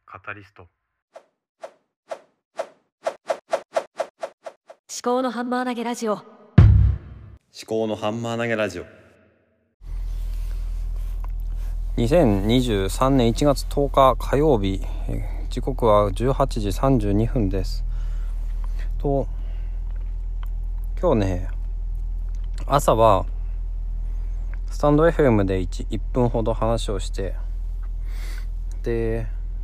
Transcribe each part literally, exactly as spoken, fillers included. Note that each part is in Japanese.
カタリスト。 至高のハンマー投げラジオ。 至高のハンマー投げラジオ。 にせんにじゅうさんねんいちがつとおか火曜日、えー、時刻はじゅうはちじさんじゅうにふんです。と今日ね、朝はスタンド エフエム で 1, いっぷんほど話をして、で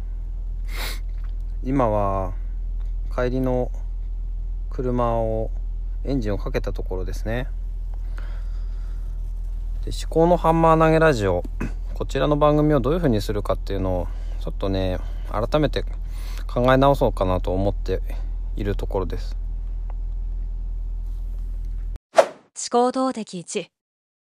今は帰りの車をエンジンをかけたところですね。で至高のハンマー投げラジオ、こちらの番組をどういう風にするかっていうのをちょっとね改めて考え直そうかなと思っているところです。 思考動的いち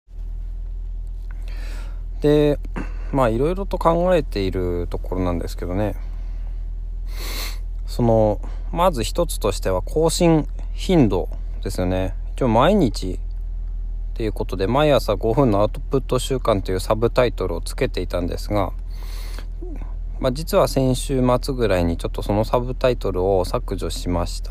でまあいろいろと考えているところなんですけどね、そのまず一つとしては更新頻度ですよね。一応毎日ということで、毎朝ごふんのアウトプット週間というサブタイトルをつけていたんですが、まあ、実は先週末ぐらいにちょっとそのサブタイトルを削除しました。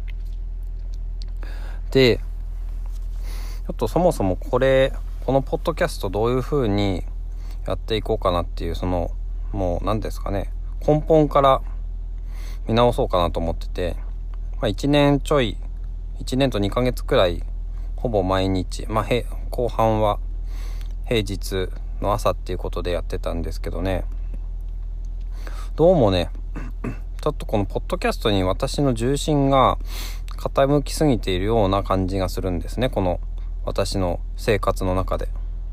でちょっとそもそもこれこのポッドキャストどういう風にやっていこうかなっていう、そのもう何ですかね、根本から見直そうかなと思ってて、まあ、いちねんちょいいちねんとにかげつくらいほぼ毎日、まあ、へ後半は平日の朝っていうことでやってたんですけどね、どうもねちょっとこのポッドキャストに私の重心が傾きすぎているような感じがするんですね、この私の生活の中で。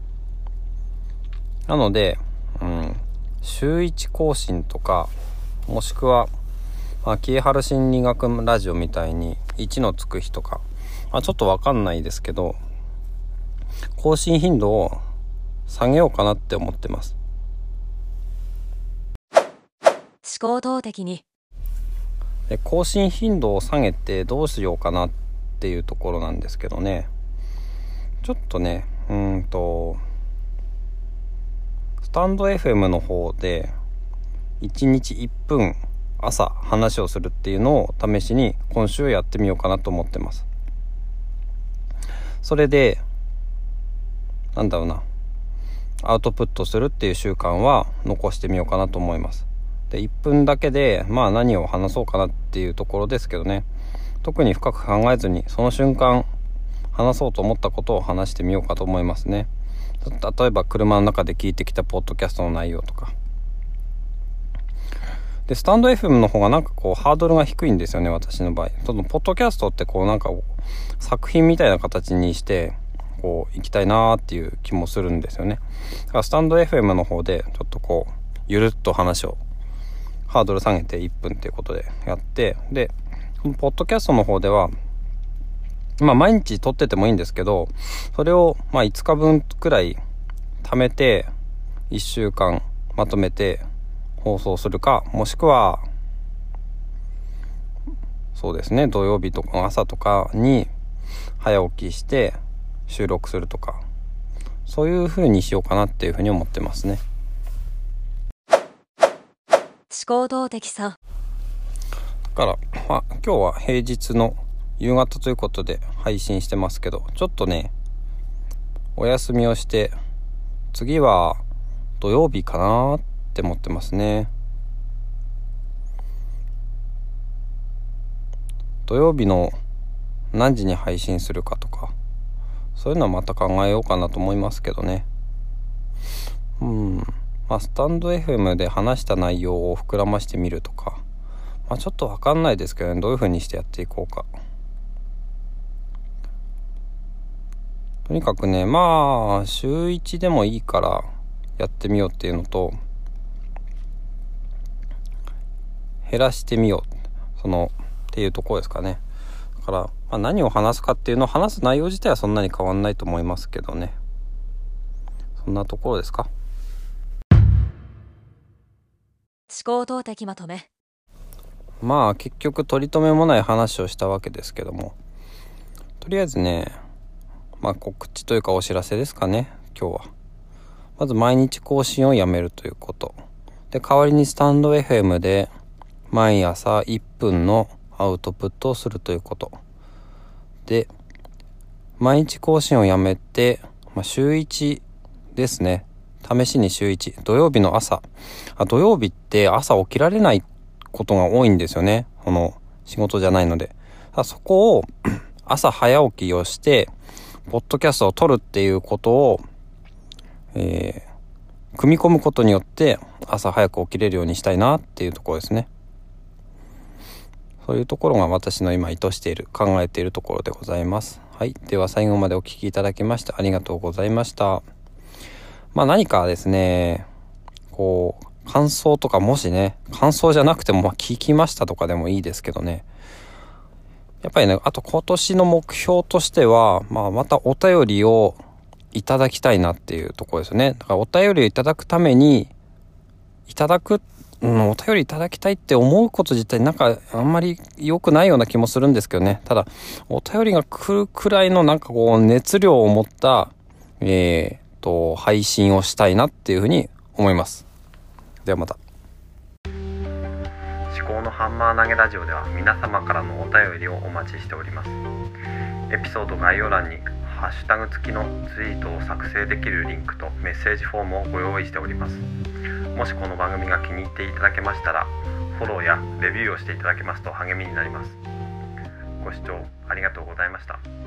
なので、うん、週いち更新とか、もしくは秋葉原心理学ラジオみたいにいちのつく日とか、まあ、ちょっとわかんないですけど、更新頻度を下げようかなって思ってます。 思考動的にで更新頻度を下げてどうしようかなっていうところなんですけどね、ちょっとねうーんとスタンド エフエム の方でいちにちいっぷん朝話をするっていうのを試しに今週やってみようかなと思ってます。それでなんだろうなアウトプットするっていう習慣は残してみようかなと思います。でいっぷんだけでまあ何を話そうかなっていうところですけどね、特に深く考えずにその瞬間話そうと思ったことを話してみようかと思いますね。例えば車の中で聞いてきたポッドキャストの内容とかで、スタンド エフエム の方がなんかこうハードルが低いんですよね、私の場合。そのポッドキャストってこうなんか作品みたいな形にしてこう行きたいなーっていう気もするんですよね。だからスタンド エフエム の方でちょっとこうゆるっと話をハードル下げていっぷんっていうことでやって、でポッドキャストの方ではまあ毎日撮っててもいいんですけど、それをまあいつかぶんくらい貯めていっしゅうかんまとめて放送するか、もしくはそうですね土曜日とか朝とかに早起きして収録するとか、そういう風にしようかなっていう風に思ってますね。 思考動的さんだから、まあ、今日は平日の夕方ということで配信してますけど、ちょっとねお休みをして次は土曜日かなって思ってますね。土曜日の何時に配信するかとか、そういうのはまた考えようかなと思いますけどね。うんまあスタンド エフエム で話した内容を膨らましてみるとか、まあちょっとわかんないですけどね、どういう風にしてやっていこうか。とにかくね、まあ週いちでもいいからやってみようっていうのと、減らしてみようそのっていうところですかね。だから、まあ、何を話すかっていうのを話す内容自体はそんなに変わんないと思いますけどね。そんなところですか。 思考動的まとめ。 まあ結局取り留めもない話をしたわけですけども、とりあえずねまあ告知というかお知らせですかね。今日はまず毎日更新をやめるということで、 で、代わりにスタンド エフエム で毎朝いっぷんのアウトプットをするということで、毎日更新をやめて、まあ、週いちですね。試しに週いち、土曜日の朝あ土曜日って朝起きられないことが多いんですよね。この仕事じゃないので、そこを朝早起きをしてポッドキャストを撮るっていうことを、えー、組み込むことによって朝早く起きれるようにしたいなっていうところですね。そういうところが私の今意図している、考えているところでございます。はい。では最後までお聞きいただきましてありがとうございました。まあ何かですね、こう、感想とかもしね、感想じゃなくてもまあ聞きましたとかでもいいですけどね。やっぱりね、あと今年の目標としては、まあまたお便りをいただきたいなっていうところですよね。だからお便りをいただくために、いただくうん、お便りいただきたいって思うこと自体なんかあんまり良くないような気もするんですけどね。ただお便りが来るくらいのなんかこう熱量を持ったえー、と配信をしたいなっていうふうに思います。ではまた。 思考のハンマー投げラジオでは皆様からのお便りをお待ちしております。エピソード概要欄にハッシュタグ付きのツイートを作成できるリンクとメッセージフォームをご用意しております。もしこの番組が気に入っていただけましたらフォローやレビューをしていただけますと励みになります。ご視聴ありがとうございました。